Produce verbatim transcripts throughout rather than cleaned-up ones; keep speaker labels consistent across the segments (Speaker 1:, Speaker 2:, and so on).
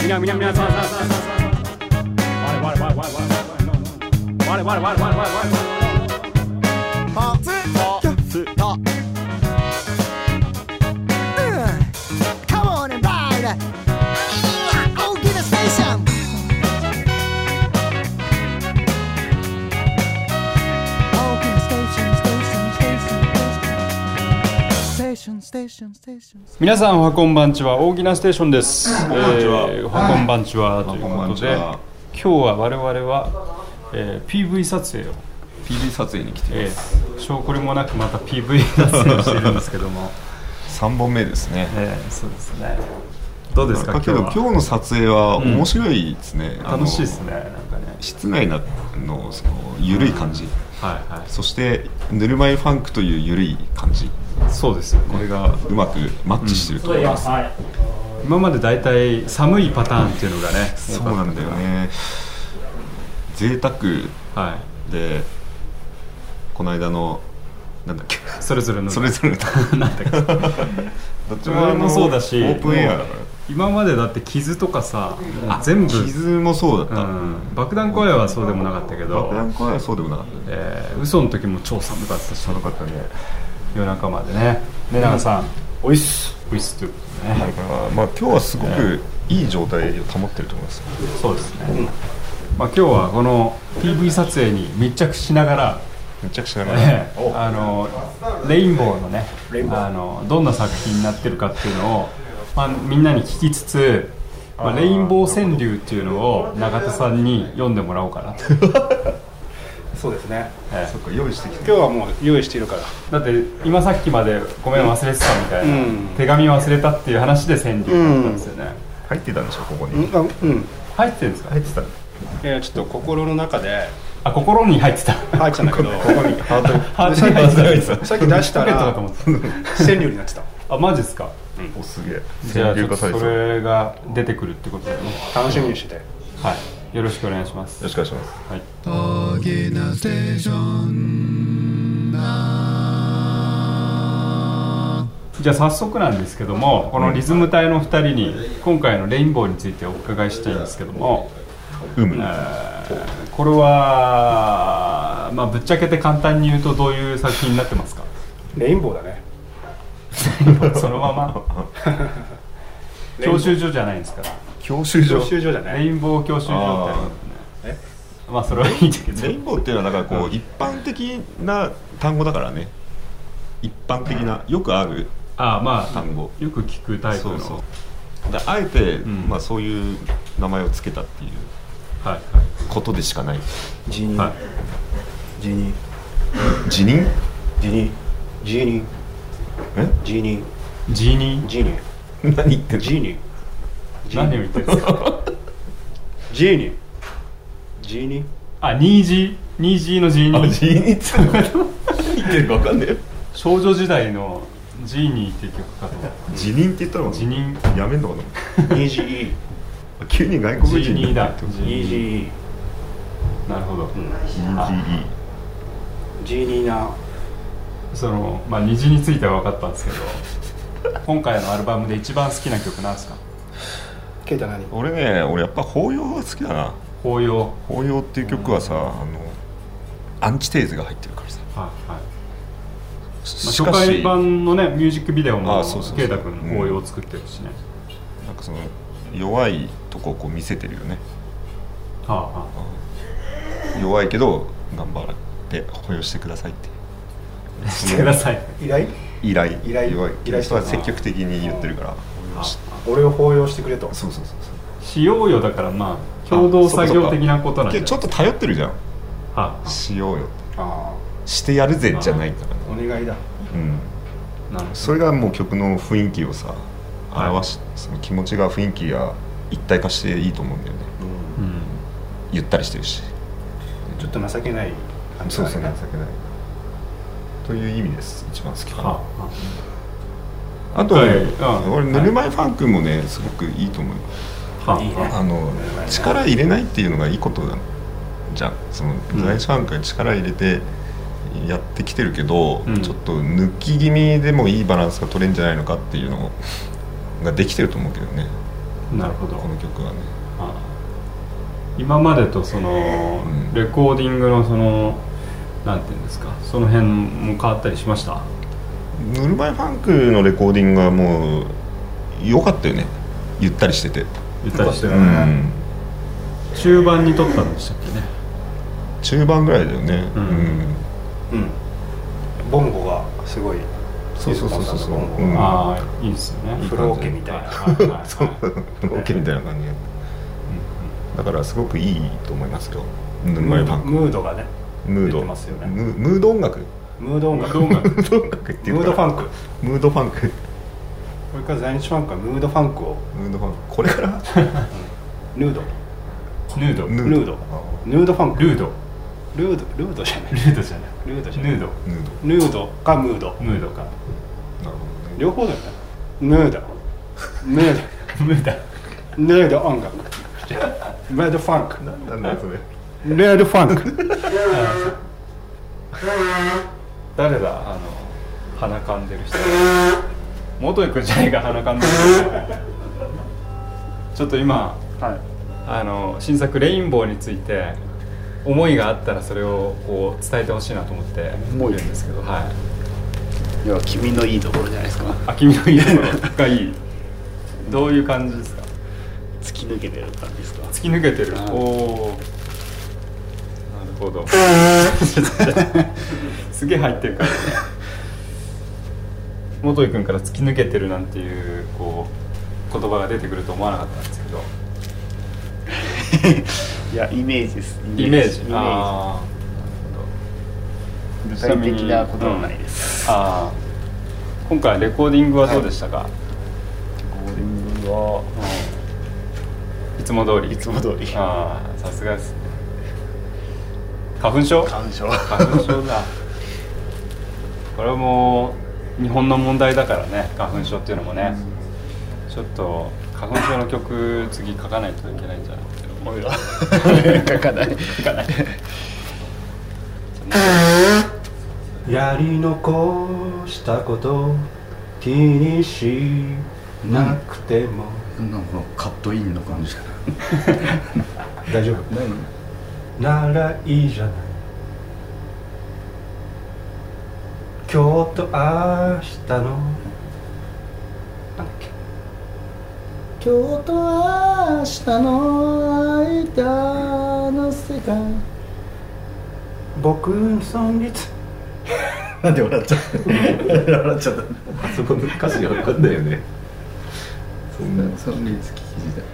Speaker 1: なみなみなささささわれわれわれわれわれわれわれわれわれわれわれわれ
Speaker 2: パツスタ Come on and ride大きなステーション大きなステーションステーションステーションステーションステーションステーション
Speaker 3: 皆さんおはこんばんちは、大きなステーションです。
Speaker 4: こんばんちは、
Speaker 3: えー、おはこんばんちはということで、
Speaker 4: 今
Speaker 3: 日は我々は、えー、ピーブイ 撮影を
Speaker 4: ピーブイ 撮影に来て
Speaker 3: え
Speaker 4: ます、
Speaker 3: ー、証拠りもなくまた ピーブイ 撮影をしてるんですけども
Speaker 4: さんぼんめですね、
Speaker 3: えー、そうですね。どうですか
Speaker 4: だけど今日の撮影は面白いですね、うん、
Speaker 3: 楽しいですね。なんかね、
Speaker 4: 室内のその緩い感じ、
Speaker 3: はいはい、
Speaker 4: そしてぬるま湯ファンクという緩い感じ、
Speaker 3: そうですよね、
Speaker 4: これがうまくマッチしてると思います、うん、
Speaker 3: 今までだいたい寒いパターンっていうのがね、
Speaker 4: そうなんだよね。贅沢で、はい、この間のなんだっけ、
Speaker 3: それぞれの
Speaker 4: それぞれの
Speaker 3: なんだっけどっちもそうだし、
Speaker 4: オープンエアだから
Speaker 3: 今までだって傷とかさ、全部
Speaker 4: 傷もそうだった、
Speaker 3: うん、爆弾公演はそうでもなかったけど、
Speaker 4: 爆弾公演はそうでもなかった、ね、
Speaker 3: えー、嘘の時も超寒かったし、
Speaker 4: 寒かったね、
Speaker 3: 夜中までね。ね、長さん、
Speaker 4: おいっす
Speaker 3: おいっすということでね、
Speaker 4: だからまあ今日はすごくいい状態を保ってると思います、
Speaker 3: そうですね、うん、まあ、今日はこの ピーブイ 撮影に密着しながら
Speaker 4: 密着しながら、
Speaker 3: えー、あのレインボーのね、あのどんな作品になってるかっていうのを、まあ、みんなに聞きつつ、まあ、レインボー川柳っていうのを永田さんに読んでもらおうかなと
Speaker 5: そうですね、
Speaker 3: えー、
Speaker 4: そっか、用意してきて、
Speaker 5: 今日はもう用意しているから。
Speaker 3: だって今さっきまでごめん忘れてたみたいな、うん、手紙忘れたっていう話で川柳だったんですよね、うん、
Speaker 4: 入ってたんでしょ、ここに、
Speaker 5: うんうん、
Speaker 3: 入ってるんですか。
Speaker 4: 入ってた、
Speaker 5: えー、ちょっと心の中で、
Speaker 3: あ、心に入ってた、
Speaker 5: 入ってたんだけどここに
Speaker 4: ハートに
Speaker 3: ハートに入ってた、
Speaker 5: さっき出したら川柳になってた。
Speaker 3: あ、マジですか、
Speaker 4: うん、お、すげえ。
Speaker 3: じゃあちょっとそれが出てくるってことでね、
Speaker 5: 楽しみにしてて、
Speaker 3: はい、よろしくお願いします。
Speaker 4: よろしくお願いします。
Speaker 3: はい。
Speaker 2: 大きなステーションだ。
Speaker 3: じゃあ早速なんですけども、このリズム隊のふたりに今回のレインボーについてお伺いしたいんですけども、
Speaker 4: うむ、
Speaker 3: えー、これは、まあ、ぶっちゃけて簡単に言うとどういう作品になってますか。
Speaker 5: レインボーだね
Speaker 3: そのまま教習所じゃないんですから。
Speaker 4: 教習所、
Speaker 5: 教習所じゃない、
Speaker 3: レインボー教習所ってあるんですね。え、まあそれはいいんだけど、
Speaker 4: レインボーっていうのはだからこう、うん、一般的な単語だからね、一般的なよくある
Speaker 3: あ、まあ、
Speaker 4: 単語、
Speaker 3: よく聞くタイプの、
Speaker 4: そうそうだ、あえて、うん、まあ、そういう名前をつけたっていうことでしかない。
Speaker 5: 辞任、
Speaker 3: はい、
Speaker 5: 辞任
Speaker 4: 辞任
Speaker 5: 辞任辞任
Speaker 4: え
Speaker 5: 辞任
Speaker 3: 辞任
Speaker 5: 辞任
Speaker 4: 何言ってんの。
Speaker 3: 辞任何を言ってるんですか。
Speaker 5: 辞任辞任
Speaker 3: あ、ニージーニージーのジーニー、
Speaker 4: あ、ジーニーって何言ってるか分かんねえ。
Speaker 3: 少女時代のジーニーっていう曲かと。
Speaker 4: 辞任って言ったのかな。
Speaker 3: 辞任
Speaker 4: やめんのかな。
Speaker 5: ニージー
Speaker 4: 急に外国人
Speaker 3: ジーニーだ。
Speaker 5: ニージー
Speaker 3: なるほど、うん、
Speaker 4: ニージー
Speaker 5: ジーニーな。
Speaker 3: その、まあ、虹については分かったんですけど今回のアルバムで一番好きな曲なんですか。
Speaker 5: ケイタ何。
Speaker 4: 俺ね、俺やっぱ法要が好きだな。
Speaker 3: 法要
Speaker 4: 法要っていう曲はさ、うん、あのアンチテーゼが入ってるからさ、
Speaker 3: はいはい、まあ、初回版のねミュージックビデオもケイタ君法要を作ってるしね、
Speaker 4: うん、なんかその弱いとこをこう見せてるよね、
Speaker 3: はあは
Speaker 4: あ、弱いけど頑張って保養してくださいって
Speaker 3: してください
Speaker 5: 依頼
Speaker 4: 依頼
Speaker 5: 依頼
Speaker 4: 弱い依頼人は積極的に言ってるから、
Speaker 5: 俺を抱擁してくれと。
Speaker 4: そうそうそうそう、
Speaker 3: しようよだからまあ共同作業的なことなんで
Speaker 4: ちょっと頼ってるじゃん、
Speaker 3: はあ、
Speaker 4: しようよって、
Speaker 5: あ
Speaker 4: してやるぜじゃないから、
Speaker 5: ね、お願いだ、
Speaker 4: うん、なるほど。それがもう曲の雰囲気をさ表し、はい、その気持ちが雰囲気が一体化していいと思うんだよね、うん、ゆったりしてるし
Speaker 5: ちょっと情けない感じ。
Speaker 4: そうそう、情けないという意味です。一番好きかな、はあ、あと、ね、俺ぬるま湯ファンクもねすごくいいと思う。はあ、あの力入れないっていうのがいいことだじゃん。そのブライスファンクが力入れてやってきてるけど、うん、ちょっと抜き気味でもいいバランスが取れるんじゃないのかっていうのができてると思うけどね。
Speaker 3: なるほど。
Speaker 4: この曲はね。
Speaker 3: あ今までとその、うん、レコーディングのそのなんていうんですか、その辺も変わったりしました？
Speaker 4: ヌルマイファンクのレコーディングはもう良かったよね。ゆったりしてて。
Speaker 3: ゆったりしてるね、うん、中盤に撮ったんでしたっけね。
Speaker 4: 中盤ぐらいだよね。うん、うん
Speaker 5: うん、ボンゴがすごい。
Speaker 4: そうそうそうそう、
Speaker 5: うん、
Speaker 3: ああいいですよね。
Speaker 5: フローケみたいな。
Speaker 4: そうフローケみたいな感じ、うん、だからすごくいいと思いますよ。
Speaker 5: ムードがね、
Speaker 4: ムード、
Speaker 5: ますよね。
Speaker 4: ムムード音楽、
Speaker 5: ムード音楽、
Speaker 4: ムード音楽っていう
Speaker 5: ムードファンク、
Speaker 4: ムードファンク。
Speaker 5: これから在日ファンクはムードファンクを、
Speaker 4: ムードファンク、これから
Speaker 5: ヌード、
Speaker 3: ヌード、
Speaker 5: ヌード、ヌードファンク、
Speaker 3: ルード、
Speaker 5: ルード、ルードじゃない、
Speaker 3: ルードじゃない、
Speaker 5: ルードじゃない、
Speaker 3: ヌード、
Speaker 5: ヌードかムード、
Speaker 3: ムードか。
Speaker 5: 両方だよね。ヌード、ヌード、
Speaker 3: ムード、
Speaker 5: ヌード音楽、ムードファンク、
Speaker 4: なんだよそれ。
Speaker 5: ヌードファンク。
Speaker 3: 誰だあの鼻かんでる人。元井くんじゃないか鼻かんでる人。ちょっと今、はい、あの新作レインボーについて思いがあったらそれをこう伝えてほしいなと思って思うんですけど、はい。
Speaker 5: 要は君のいいところじゃないですか。
Speaker 3: あ、君のいいところがいい。どういう感じですか？
Speaker 5: 突き抜けてる感じですか？
Speaker 3: 突き抜けてる。おお。なるほど。すげえ入ってるからね。元井くんから突き抜けてるなんていうこう言葉が出てくると思わなかったんですけど。
Speaker 5: いやイメージです。
Speaker 3: イメージ。ああ。
Speaker 5: 具体的なことはないです、
Speaker 3: うん、ああ今回レコーディングはどうでしたか？はい、
Speaker 5: レコーディングは、
Speaker 3: うん、いつも通り
Speaker 5: いつも通り
Speaker 3: ああさすがですね。花粉症？
Speaker 5: 花粉症
Speaker 3: 花粉症だ。これも日本の問題だからね、花粉症っていうのもね、うん、ちょっと花粉症の曲次書かないといけないんじゃないですか。
Speaker 5: 書かない書かないやり残したこと気にしなくても、
Speaker 6: なんかカットインの感じ
Speaker 5: 大丈夫ならいいじゃない今日と明日のなんだっけ
Speaker 2: 今日と明日の間の世界
Speaker 5: 僕の存立
Speaker 6: なんで笑っちゃった笑っちゃった
Speaker 4: あそこの歌詞わかんないよね。
Speaker 6: そんな存立聞き時代。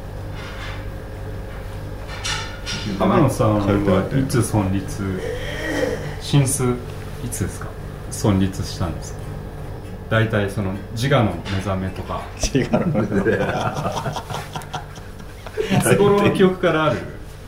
Speaker 3: 天野さんはいつ存立新数いつですか？存立したんですか？だいたいその自我の目覚めとか
Speaker 6: 自我の目覚め
Speaker 3: いつ頃の記憶からある？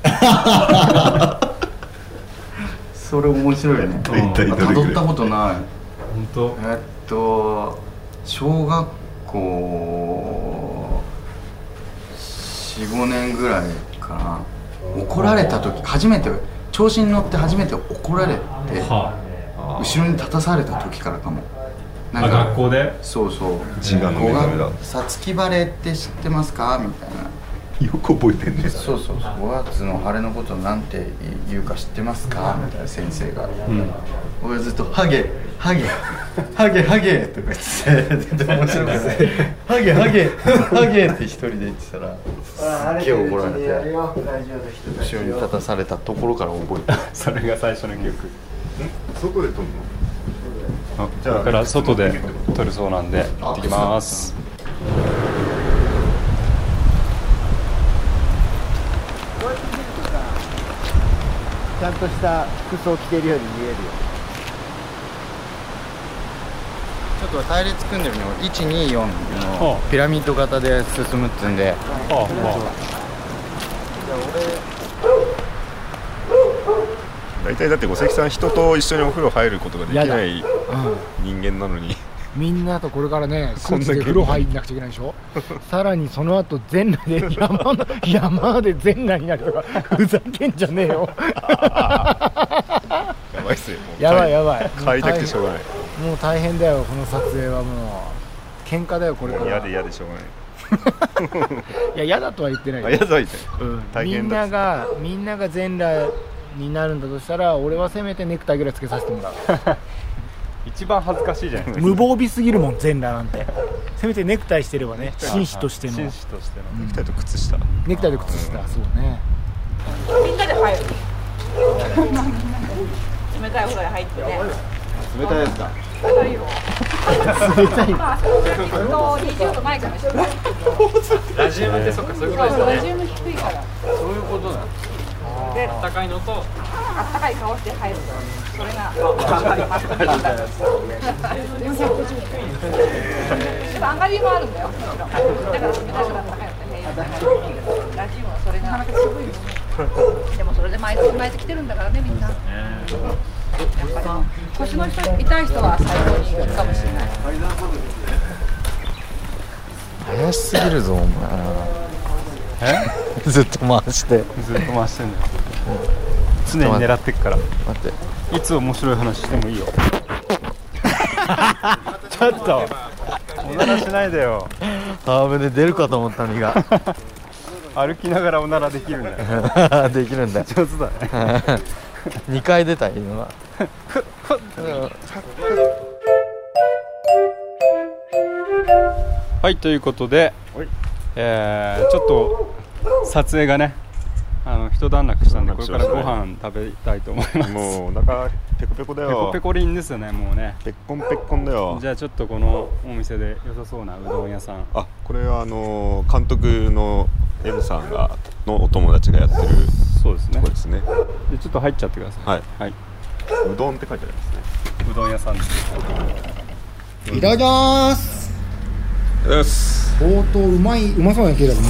Speaker 6: それ面白いよね。辿ったことない。
Speaker 3: 本当？
Speaker 6: えっと小学校よん、ごねんぐらいかな。怒られた時初めて調子に乗って初めて怒られて、はあ、後ろに立たされた時からかも。
Speaker 3: なんか学校で？
Speaker 6: そうそう。
Speaker 4: 自我の目覚めだ。
Speaker 6: さつきバレって知ってますかみたいな。
Speaker 4: よく覚えてんね。
Speaker 6: そうそうそう。ごがつの晴れのことなんて言うか知ってますかみたいな先生が。うん、俺ずっとハゲハゲハゲハゲとか言ってて面白くてハゲハゲハゲって一人で言ってたらすっげえ怒られて後ろに立たされたところから覚えて
Speaker 3: それが最初の記憶。
Speaker 4: 外で撮るの？
Speaker 3: あ、これから外で撮るそうなんで行ってきます。
Speaker 2: ちゃんとした服装を着てるように見えるよ。
Speaker 6: ちょっと隊列組んでるのいちによんのピラミッド型で進むっつんで、
Speaker 3: ああ、
Speaker 4: 大体だって五関さん人と一緒にお風呂入ることができない人間なのに、
Speaker 7: みんなとこれからねスーツで風呂入んなくちゃいけないでしょさらにその後全裸で山の山で全裸になるとかふざけんじゃねえよ
Speaker 4: やばいっすよ。
Speaker 7: やばいやばい
Speaker 4: 帰りたくてしょうがない。
Speaker 7: もう大変だよこの撮影は。もう喧嘩だよこれから。
Speaker 4: 嫌で嫌でしょうがない。
Speaker 7: いや嫌だとは言ってないよ。
Speaker 4: あ、やだいて、
Speaker 7: うん、
Speaker 4: 大変だ
Speaker 7: みんながみんなが全裸になるんだとしたら、俺はせめてネクタイぐらいつけさせてもらう。
Speaker 3: 一番恥ずかしいじゃないですか。
Speaker 7: 無防備すぎるもん全裸なんて。せめてネクタイしてればね、紳士としての
Speaker 3: 紳士としての、
Speaker 4: ネクタイと靴下、
Speaker 7: ネクタイと靴下、そうね。
Speaker 8: みんなで入る。冷たいお風呂に入ってね。
Speaker 5: 冷たいですか。
Speaker 8: 冷たいよ。
Speaker 7: 冷たい。
Speaker 8: まあ、とにじゅうど前かもしれない。
Speaker 3: ラジウムってそっか、そういうことですよね。
Speaker 8: ラジウム低いから。
Speaker 3: そういうことなんで、あったかいのと
Speaker 8: あったかい顔して入る。それがマスコミなんだ。でも上がりもあるんだよ。だから冷たくなったかいってね。ラジウムはそれが。でもそれで毎月毎月来てるんだからね、みんな。やっぱり腰の人痛い人は最高に行くかもしれない。
Speaker 6: 怪しすぎるぞお前。
Speaker 3: え
Speaker 6: ずっと回して
Speaker 3: ずっと回してんだよ。常に狙ってっから。
Speaker 6: 待って
Speaker 3: いつ面白い話してもいいよ。ちょっとおならしないでよ。
Speaker 6: あぶね出るかと思ったのが
Speaker 3: 歩きながらおならできるんだよ。
Speaker 6: できるんだ
Speaker 3: 上手だね。
Speaker 6: にかい出た今は
Speaker 3: はい、ということで、えー、ちょっと撮影がね、あの一段落したんで、これからご飯食べたいと思います。
Speaker 4: もうお腹ペコペコだよ。
Speaker 3: ペコペコリンですよね、もうね。
Speaker 4: ペッコンペッコンだよ。
Speaker 3: じゃあちょっとこのお店で良さそうなうどん屋さん。
Speaker 4: あ、これはあの監督の M さんがのお友達がやってる
Speaker 3: そうですね。
Speaker 4: とこですね。
Speaker 3: でちょっと入っちゃってください。
Speaker 4: はい、
Speaker 3: はい、
Speaker 4: うどんって書いてありますね。
Speaker 3: うどん屋さんです。
Speaker 7: いただきます。
Speaker 4: よし。
Speaker 7: 相当うまい、うまそうな系だもんね。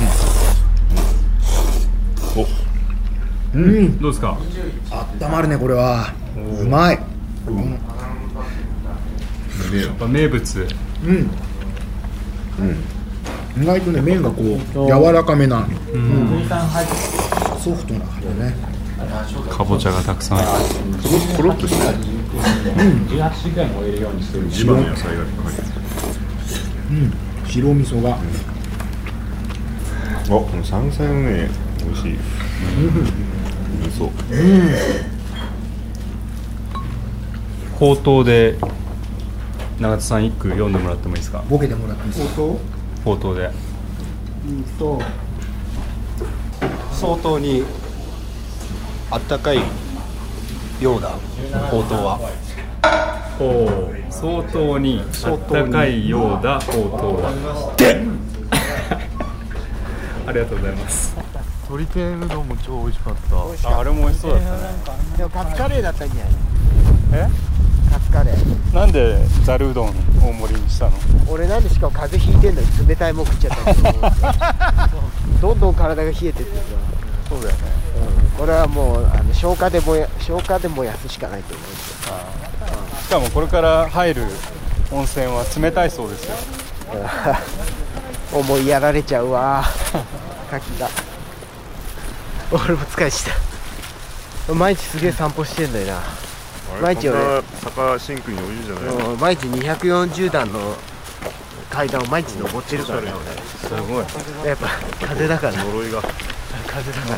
Speaker 3: お、
Speaker 7: うん、
Speaker 3: どうですか。
Speaker 7: あったまるね、これは。うまい。うん、
Speaker 3: やっぱ名物。
Speaker 7: うん、うん、意外とね、麺がこう柔らかめな、うん、うん、ソフトな感じね。
Speaker 3: かぼちゃがたくさん入ってる。
Speaker 4: コロッとしてる。
Speaker 7: うん、
Speaker 1: じゅうはちじかん燃えるようにしてる。
Speaker 4: 地場の野菜が入ってる。
Speaker 7: うん、白味噌が、
Speaker 4: あ、この山菜のね、美味しい。味噌。
Speaker 7: うん、
Speaker 3: 口頭で永田さん一句読んでもらってもいいですか。
Speaker 7: ボケてもらっていいですか。
Speaker 3: 口頭で。
Speaker 7: うんと、
Speaker 5: 相当にあったかいようだほうとうは。
Speaker 3: おお、相当にあったかいようだほうとうは。でありがとうございます。
Speaker 6: 鶏天うどんも超美味しかった。
Speaker 3: あ、あれも美味しそうだったね。
Speaker 7: でもカツカレーだったんじゃない。
Speaker 3: え、
Speaker 7: カツカレー。
Speaker 3: なんでざるうどん大盛りにしたの。
Speaker 7: 俺なんでしかも風邪ひいてんのに冷たいもん食っちゃったんですよ。どんどん体が冷えてってさ。
Speaker 3: そうだよね。
Speaker 7: うん、これはもうあの消化でもや消化で燃やすしかないと思うんですよ。
Speaker 3: しかもこれから入る温泉は冷たいそうですよ。
Speaker 7: 思いやられちゃうわ。牡蠣が。俺も疲れちゃう。毎日すげえ散歩してんだよな。毎日俺
Speaker 4: 坂シンクに降りるじゃない。
Speaker 7: うん、毎日にひゃくよんじゅうだんの階段を毎日登ってるからね。
Speaker 6: すごい。
Speaker 7: やっぱ風だから。
Speaker 4: 呪いが。
Speaker 7: 風だから。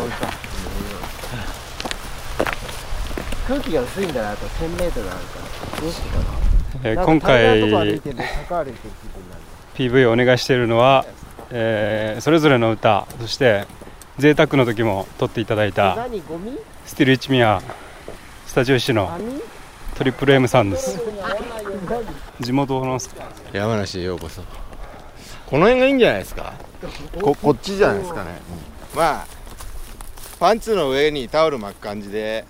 Speaker 7: 空気が薄いんだな。あとせんメートルあるからどうしてかな。
Speaker 3: えー、今回 ピーブイ をお願いしているのは、えー、それぞれの歌、そして贅沢の時も撮っていただいたスティルイチミアスタジオ石のトリプル M さんです。地元の
Speaker 5: 山梨へようこそ。この辺がいいんじゃないですか。 こ, こっちじゃないですかね。まあパンツの上にタオル巻く感じで。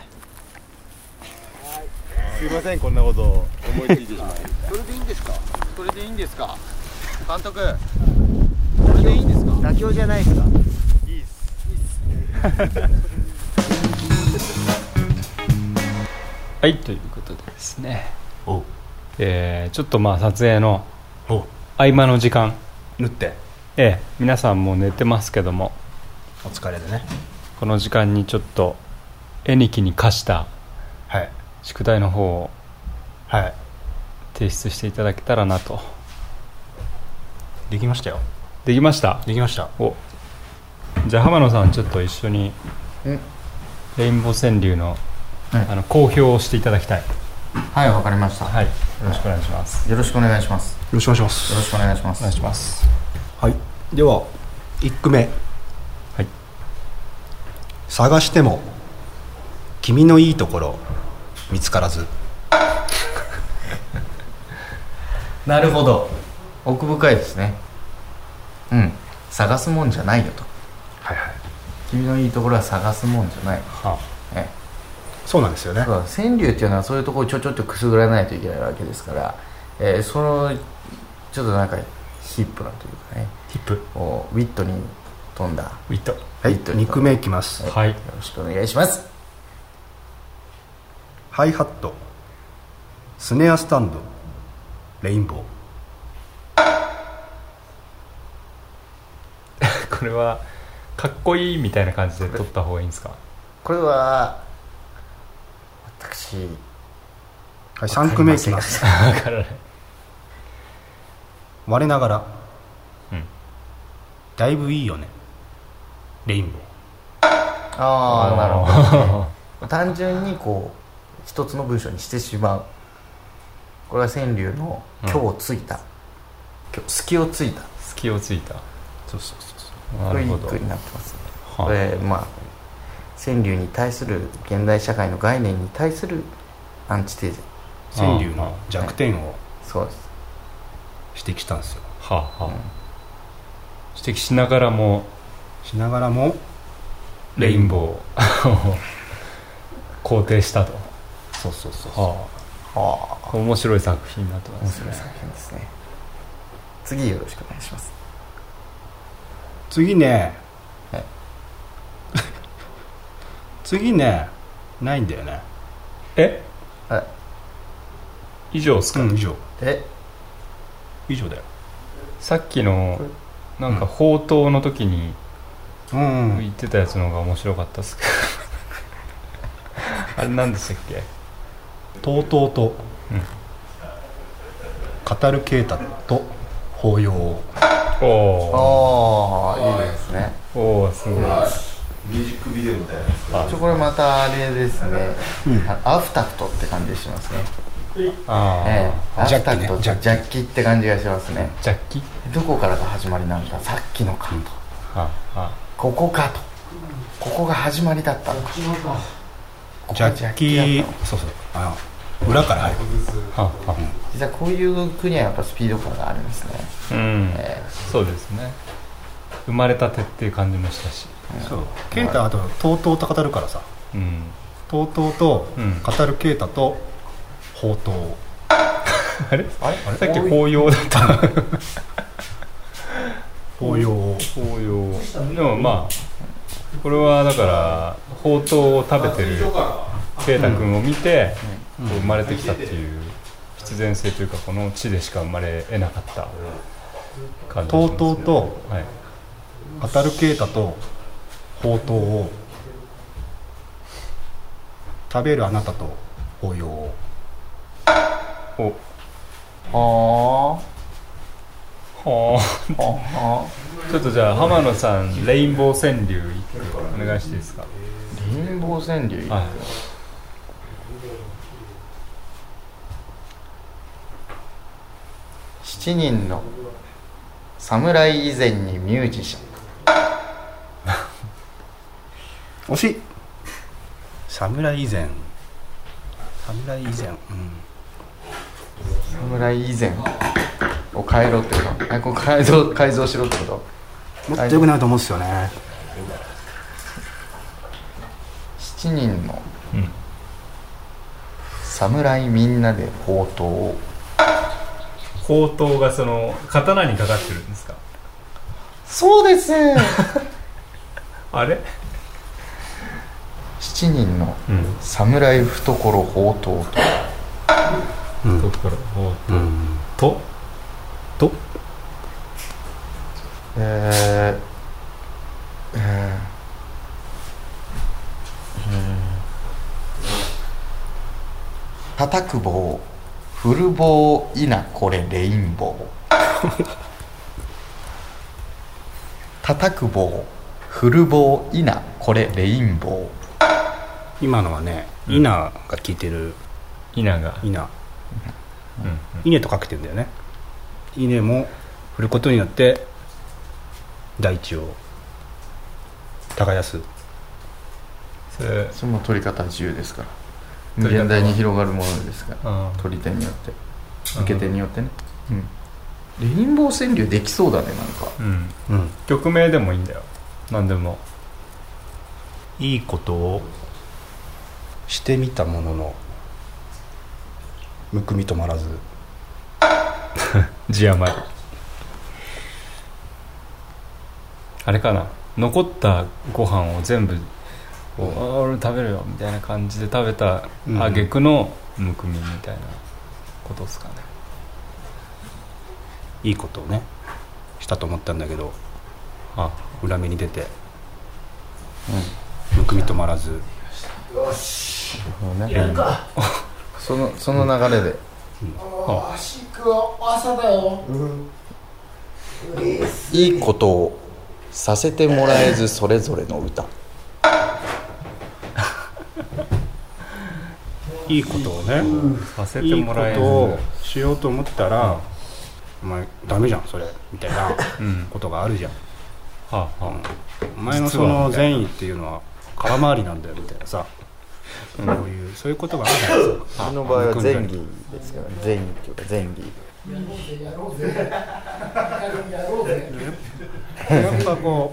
Speaker 5: すいません、こんなことを思いついてしまい。それでいいんですか。それでいいんですか。監督、それでいいんですか。
Speaker 7: 妥協じゃないですか。
Speaker 5: いいっす。
Speaker 3: はい、ということでですね、お、えー、ちょっとまあ撮影の合間の時間
Speaker 5: 縫って、
Speaker 3: ええ、皆さんもう寝てますけども、
Speaker 5: お疲れでね。
Speaker 3: この時間にちょっと絵日記に課した宿題の方を提出していただけたらなと。
Speaker 5: できましたよ。
Speaker 3: できました。
Speaker 9: できました。
Speaker 3: お、じゃあ浜野さんちょっと一緒にレインボー川柳の、はい、あの公表をしていただきたい。
Speaker 6: はい、わかりました。
Speaker 3: はい、よろしくお願いします。
Speaker 6: よろしくお願いします。
Speaker 9: よろしくお願いします。
Speaker 6: よろしくお願いします。
Speaker 3: お願いします。
Speaker 9: はい、ではいっ句目。
Speaker 3: はい。
Speaker 9: 探しても君のいいところ見つからず。
Speaker 6: なるほど、奥深いですね。うん、探すもんじゃないよと。
Speaker 9: はいはい。
Speaker 6: 君のいいところは探すもんじゃない。はあ、ええ、
Speaker 9: そうなんですよね。
Speaker 6: 川柳っていうのはそういうところをちょちょっとくすぐらないといけないわけですから、えー、そのちょっとなんかヒップなというかね、
Speaker 9: ヒップ
Speaker 6: をウィットに富んだ
Speaker 3: ウィット。
Speaker 9: はい、に句目いきます。
Speaker 3: はい、
Speaker 6: よろしくお願いします。
Speaker 9: ハイハット、スネアスタンド、レインボー。
Speaker 3: これはかっこいいみたいな感じで撮った方がいいんですか？
Speaker 6: これは私、
Speaker 9: はい、さん句目いきます。
Speaker 3: 分からない。
Speaker 9: 我ながら、
Speaker 3: うん、
Speaker 9: だいぶいいよねレインボー。
Speaker 6: ああ、なるほど。単純にこう一つの文章にしてしまう。これは川柳の今日をついた、うん、隙をついた
Speaker 3: 隙をついた
Speaker 9: そうそうそうそう、
Speaker 6: これ一句になってますね。これまあ川柳に対する現代社会の概念に対するアンチテーゼ、
Speaker 9: 川柳の弱点を
Speaker 6: そうです
Speaker 9: 指摘したんですよ。
Speaker 3: はあはあ、うん、指摘しながらも
Speaker 9: しながらも
Speaker 3: レインボーを肯定したと。
Speaker 9: そうそうそう
Speaker 3: そう、はあはあ、面白い作品になってますね。
Speaker 6: 面白い作品ですね。次よろしくお願いします。
Speaker 9: 次ね、はい、次ねないんだよね。
Speaker 3: え
Speaker 6: あ
Speaker 3: 以上ですか？
Speaker 9: うん、以上。
Speaker 6: え
Speaker 9: 以上だよ。
Speaker 3: さっきのなんか放蕩の時に
Speaker 9: 言
Speaker 3: ってたやつの方が面白かったっすけどあれ何でしたっけ？
Speaker 9: とうとうと、うん、語る啓太と法要を。
Speaker 3: お
Speaker 6: おー、いいですね。
Speaker 3: おお、すごい。
Speaker 5: ミュージックビデオみたいなやつ。
Speaker 6: ちょこれまたあれですね、うん、アフタクトって感じがしますね。
Speaker 3: あ、
Speaker 6: ええ、アフタクト、
Speaker 9: ジャッキ、
Speaker 6: ジャッキって感じがしますね。
Speaker 3: ジャッキ
Speaker 6: どこからが始まりなんだ、さっきのかと、うん、
Speaker 3: ああ
Speaker 6: ここかと、ここが始まりだったのか。
Speaker 9: ジャッキ、そうそう、あ裏から入る。
Speaker 3: はは、
Speaker 6: 実はこういう国はやっぱスピード感がありますね。
Speaker 3: うん、えー、そうですね。生まれたてっていう感じもしたし、
Speaker 9: うん、そう啓太はあととうとうと語るからさ、
Speaker 3: うん、
Speaker 9: とうとうと語る啓太と法灯
Speaker 3: あれあれさっき法要だった
Speaker 9: 法要
Speaker 3: 法要でもまあこれはだから法灯を食べてる啓太君を見て、うん、こう生まれてきたっていう必然性というか、この地でしか生まれ得なかった感じがしますね。
Speaker 9: とうとうと、
Speaker 3: はい、
Speaker 9: 語る啓太と法灯を食べるあなたと法要を。
Speaker 3: お
Speaker 6: は
Speaker 3: あはあちょっとじゃあ浜野さんレインボー川柳一句お願いしていいですか？
Speaker 6: レインボー川柳一句、はい、七人の侍以前にミュージシャン
Speaker 9: 惜しい。侍以前侍以前、うん、
Speaker 6: 侍以前を変えろってこと、あ、こう改造改造しろってこと。
Speaker 9: もっと良くなると思うんですよね。
Speaker 6: 七人の侍みんなで宝刀を。
Speaker 3: 宝刀がその刀にかかってるんですか？
Speaker 6: そうです
Speaker 3: あれ
Speaker 6: 七人の侍懐宝刀と、
Speaker 3: うん、懐宝刀、うん、と
Speaker 9: と
Speaker 6: えー、えー、叩く棒振る棒いなこれレインボー叩く棒、振る棒、稲、これレインボー。
Speaker 9: 今のはね、稲が効いてる。
Speaker 3: 稲が
Speaker 9: 稲、
Speaker 3: うんうん、
Speaker 9: 稲とかけてるんだよね。稲も振ることによって大地を耕す。
Speaker 6: それその取り方は自由ですから、無限大に広がるものですから、取り手によって受け手によってね、うん、レインボー川柳できそうだね、なんか、
Speaker 3: うんうん、曲名でもいいんだよ。何でも
Speaker 9: いいことをしてみたもののむくみ止まらず
Speaker 3: 字余り。あれかな、残ったご飯を全部あ俺食べるよみたいな感じで食べた挙句のむくみみたいなことですかね。
Speaker 9: いいことをねしたと思ったんだけど、あ裏目に出て、うん、むくみ止まらず。
Speaker 6: よし、ね、そのその流れで、うん、あしく朝だよ、うん、いいことをさせてもらえずそれぞれの歌。
Speaker 9: いいことをね、うん、
Speaker 3: させてもらえず、
Speaker 9: いいことをしようと思ったら、うん、お前ダメじゃんそれみたいなことがあるじゃん、うんはあはあ、お前のその善意っていうのは空回りなんだよみたいなさ、うん、こういうそういうことがあるじゃないですか。
Speaker 6: その場合は善義ですから、善意っていうか善義。やろうぜやろうぜ
Speaker 9: やっぱこ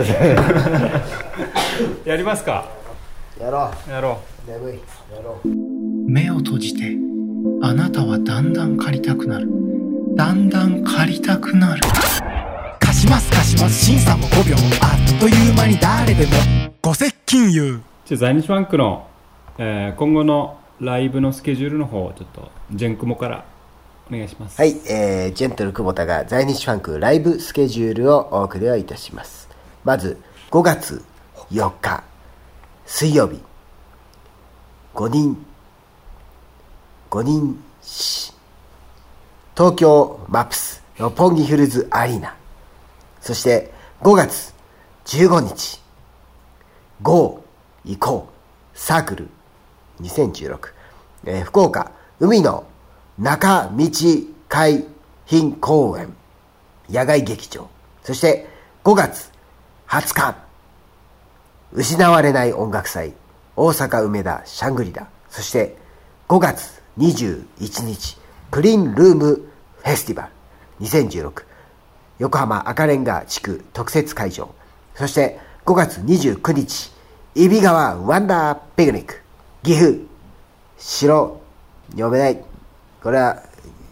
Speaker 3: うやりますか。
Speaker 6: やろ
Speaker 3: うやろ
Speaker 6: う眠いやろう。
Speaker 2: 目を閉じて、あなたはだんだん借りたくなる、だんだん借りたくなる。貸します貸します審査もごびょう、あっという間に誰でもご接近友。
Speaker 3: じゃあ在日ファンクの、えー、今後のライブのスケジュールの方をちょっとジェンクモからお願いします。
Speaker 10: はい、えー、ジェントル久保田が在日ファンクライブスケジュールをお送りをいたします。まずごがつよっか水曜日、ごにんごにんし東京マップス六本木ヒルズアリーナ。そしてごがつじゅうごにち ゴー 行こうサークルにせんじゅうろく、えー、福岡海の中道海浜公園野外劇場。そしてごがつはつか失われない音楽祭大阪梅田シャングリラ。そしてごがつにじゅういちにちクリーンルームフェスティバルにせんじゅうろく横浜赤レンガ地区特設会場。そしてごがつにじゅうくにち揖斐川ワンダーピクニック岐阜白読めない、これは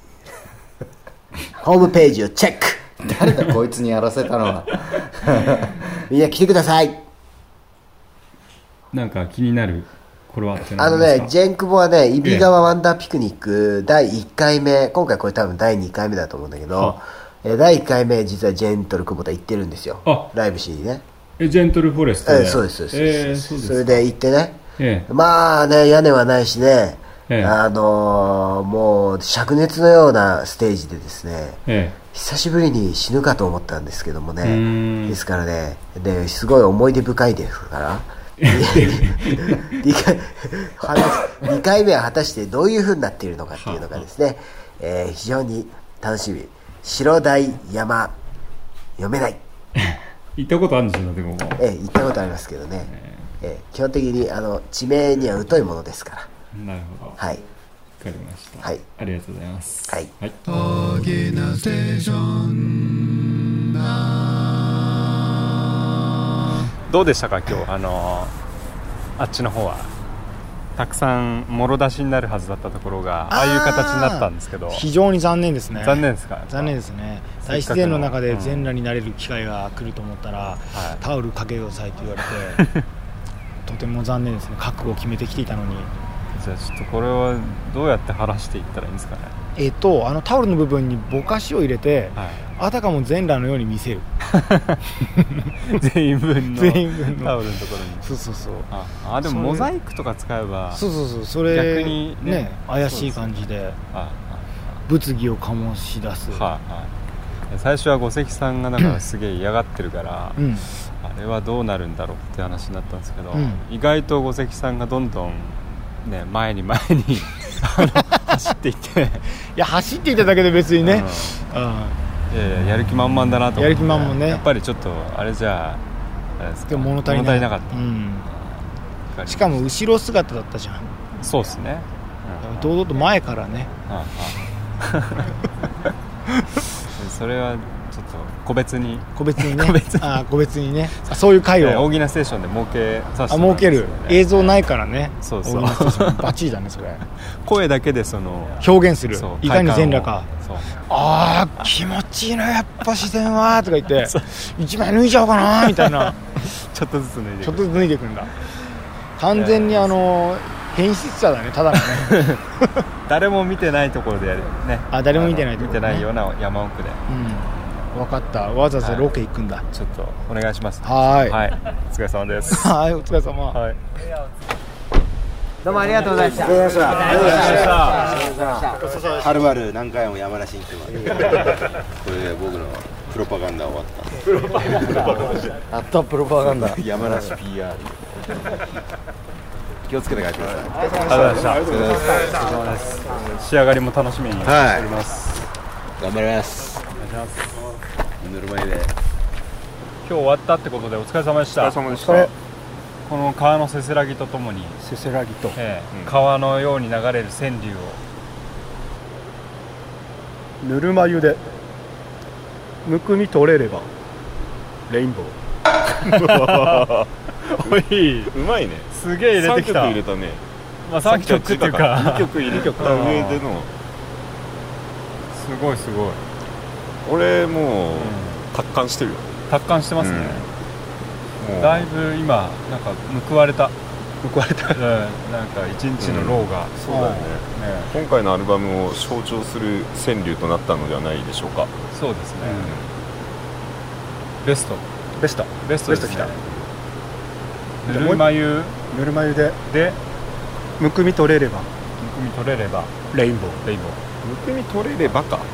Speaker 10: ホームページをチェック。
Speaker 6: 誰だこいつにやらせたのは
Speaker 10: みんな来てください。
Speaker 3: なんか気になるこれはって
Speaker 10: あのね、ジェンクボはね、揖斐川ワンダーピクニックだいいっかいめ、今回これ多分だいにかいめだと思うんだけど、えだいいっかいめ実はジェントル久保田行ってるんですよ、ライブしにね。
Speaker 3: えジェントルフォレストで、
Speaker 10: えそうですそうです、
Speaker 3: えー、そうです。
Speaker 10: それで行ってね、
Speaker 3: ええ、
Speaker 10: まあね屋根はないしね、ええ、あのー、もう灼熱のようなステージでですね、ええ、久しぶりに死ぬかと思ったんですけどもね、ですからね、ですごい思い出深いですからにかいめは果たしてどういう風になっているのかっていうのがですね、えー、非常に楽しみ。白台山読めない
Speaker 3: 行ったことあるんですよ。でも
Speaker 10: ええ、行ったことありますけどね、ええ、基本的にあの地名には疎いものですから。
Speaker 3: なるほど、
Speaker 10: はい、
Speaker 3: わかりました、
Speaker 10: はい、
Speaker 3: ありがとうございます。
Speaker 10: はい、
Speaker 3: はい、
Speaker 2: 大きなステーションだ。
Speaker 3: どうでしたか今日、あのー、あっちの方はたくさんもろ出しになるはずだったところがああいう形になったんですけど、
Speaker 7: 非常に残念ですね。
Speaker 3: 残念ですか。
Speaker 7: 残念ですね。大自然の中で全裸になれる機会が来ると思ったら、うん、タオルかけくださいと言われてとても残念ですね。覚悟を決めてきていたのに。
Speaker 3: じゃあちょっとこれはどうやって晴らしていったらいいんですかね。
Speaker 7: えっとあのタオルの部分にぼかしを入れて、はい、あたかも全裸のように見せる
Speaker 3: 全員分の
Speaker 7: 全員分の
Speaker 3: タオルのところに。
Speaker 7: そうそうそう。
Speaker 3: ああでもモザイクとか使えば
Speaker 7: そうそうそう、それ
Speaker 3: 逆に ね,
Speaker 7: ね怪しい感じで
Speaker 3: ああ
Speaker 7: 物議を醸し出す、
Speaker 3: はあはあ、 最初は五関さんがだからすげえ嫌がってるから、うん、あれはどうなるんだろうって話になったんですけど、うん、意外と五関さんがどんどん、ね、前に前に走っていってい
Speaker 7: や走っていただけで別にね、
Speaker 3: うんうん、いやいややる気満々だなと思って、
Speaker 7: やる気満々ね、
Speaker 3: やっぱりちょっとあれじゃあれですか、
Speaker 7: でも物足りない、
Speaker 3: 物足りなかった、うん、
Speaker 7: しかも後ろ姿だったじゃん。
Speaker 3: そうですね、
Speaker 7: うん、堂々と前からね、
Speaker 3: ああそれはちょっと個別に
Speaker 7: 個別にね個別にあ個別にねあそういう回を
Speaker 3: 大喜なステーションで設けさせて
Speaker 7: もらうんですよね。あ設ける映像ないからね。
Speaker 3: そうそう
Speaker 7: 大喜なステーションバッチリだねそれ
Speaker 3: 声だけでその
Speaker 7: 表現するいかに全裸か。あー気持ちいいなやっぱ自然はとか言って一枚脱いじゃおうかなみたいな
Speaker 3: ちょっとずつ脱いでいく
Speaker 7: ちょっとずつ脱いでいくんだ。完全にあの変質者だねただのね
Speaker 3: 誰も見てないところでやるね。
Speaker 7: あ誰も見てないところ、ね、
Speaker 3: 見てないような山奥で、
Speaker 7: うん、分かった。わざわざロケ行くんだ、はい、
Speaker 3: ちょっとお願いします。
Speaker 7: はい、
Speaker 3: はい、お疲れ様です
Speaker 7: はいお疲れ様、
Speaker 3: はい、
Speaker 10: どうもありがとうございました。ありがとうございました。はるばる何回も山梨に来てます。これで僕のプロパガンダ終わった。
Speaker 7: プロパガンダあったプロパガンダ
Speaker 10: 山梨 ピーアール 気をつけて帰ってください。
Speaker 3: ありがとうございました。お疲れ様です。仕上がりも楽しみにしております、
Speaker 10: はい、頑張ります。
Speaker 3: お願いします。
Speaker 10: ぬるま湯で
Speaker 3: 今日終わったってことでお疲れ様でした。
Speaker 4: お疲れ様でした。
Speaker 3: この川のせせらぎとともに
Speaker 7: せせらぎと、
Speaker 3: ええうん、川のように流れる川柳
Speaker 7: をぬるま湯でむくみ取れればレインボー
Speaker 3: おいう
Speaker 4: まいね。
Speaker 3: すげえ入れてきた。
Speaker 4: さんきょく入れたね。
Speaker 3: まあさんきょくっていうか
Speaker 4: にきょく入れた上での
Speaker 3: すごいすごい。
Speaker 4: 俺もう達観してるよ。
Speaker 3: 達観してますね、うん、だいぶ今なんか報われた
Speaker 7: 報われた、
Speaker 3: うん、なんか一日の労が、うん、
Speaker 4: そうだよね、ね。今回のアルバムを象徴する川柳となったのではないでしょうか。
Speaker 3: そうですね、うん、ベスト
Speaker 7: ベスト
Speaker 3: ベストですね。ベストきた。ぬるま湯
Speaker 7: ぬるま湯で
Speaker 3: で
Speaker 7: むくみ取れれば
Speaker 3: むくみ取れれば
Speaker 7: レインボー
Speaker 3: レインボー
Speaker 4: むくみ取れればか、うん、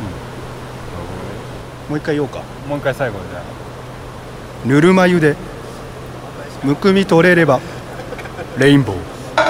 Speaker 7: もう一回言おうか。
Speaker 3: もう一回最後でじゃあ
Speaker 7: ぬるま湯でむくみ取れればレインボー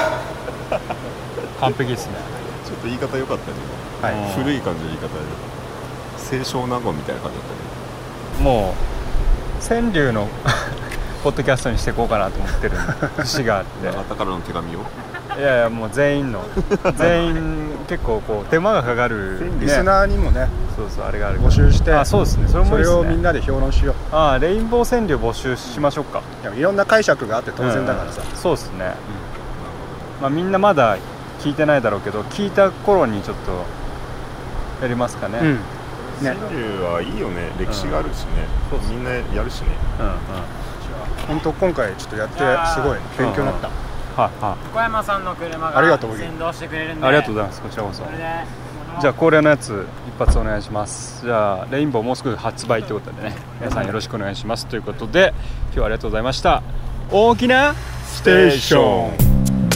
Speaker 3: 完璧ですね。
Speaker 4: ちょっと言い方良かったね、はい、古い感じの言い方で清少納言みたいな感じだったね。
Speaker 3: もう川柳のポッドキャストにしていこうかなと思ってる節があって
Speaker 4: あなたからの手紙を
Speaker 3: いやいやもう全員の全員結構こう手間がかかる、ね、
Speaker 7: リスナーにもね
Speaker 3: そうそうあれがある
Speaker 7: 募集して、
Speaker 3: あそうですね、それもいいですね。
Speaker 7: それをみんなで評論しよう。
Speaker 3: ああレインボー川柳募集しましょうか。
Speaker 7: いやいろんな解釈があって当然だからさ、
Speaker 3: うん、そうですね、うんまあ、みんなまだ聞いてないだろうけど聞いた頃にちょっとやりますかね、うん
Speaker 4: ね、川柳はいいよね。歴史があるしね、うん、みんなやるしね、うんうん、
Speaker 7: 本当今回ちょっとやってすごい勉強になった。
Speaker 3: はいはい。
Speaker 11: 小山さんの車が先導してくれるんで。
Speaker 3: ありがとうございます。こちらこそ。じゃあ恒例のやつ一発お願いします。じゃあレインボーもうすぐ発売ということでね、皆さんよろしくお願いしますということで今日はありがとうございました。大きなステーション。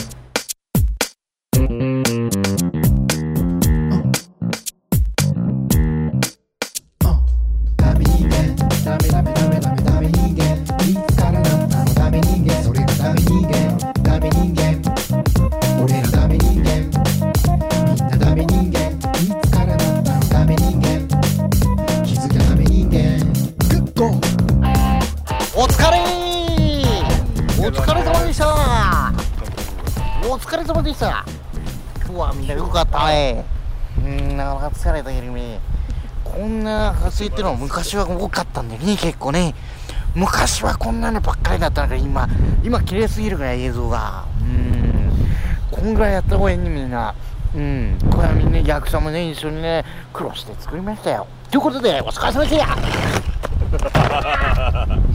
Speaker 12: お疲れお疲れ様でしたお疲れ様でした。今日はみんなよかったね。うんなかなか疲れたけどね、こんな走ってのは昔は多かったんだよね。結構ね昔はこんなのばっかりだったから今今綺麗すぎるから映像がうんこんぐらいやった方がいいねみんな。うんこれはみんな役者もね一緒にね苦労して作りましたよ。ということでお疲れ様でした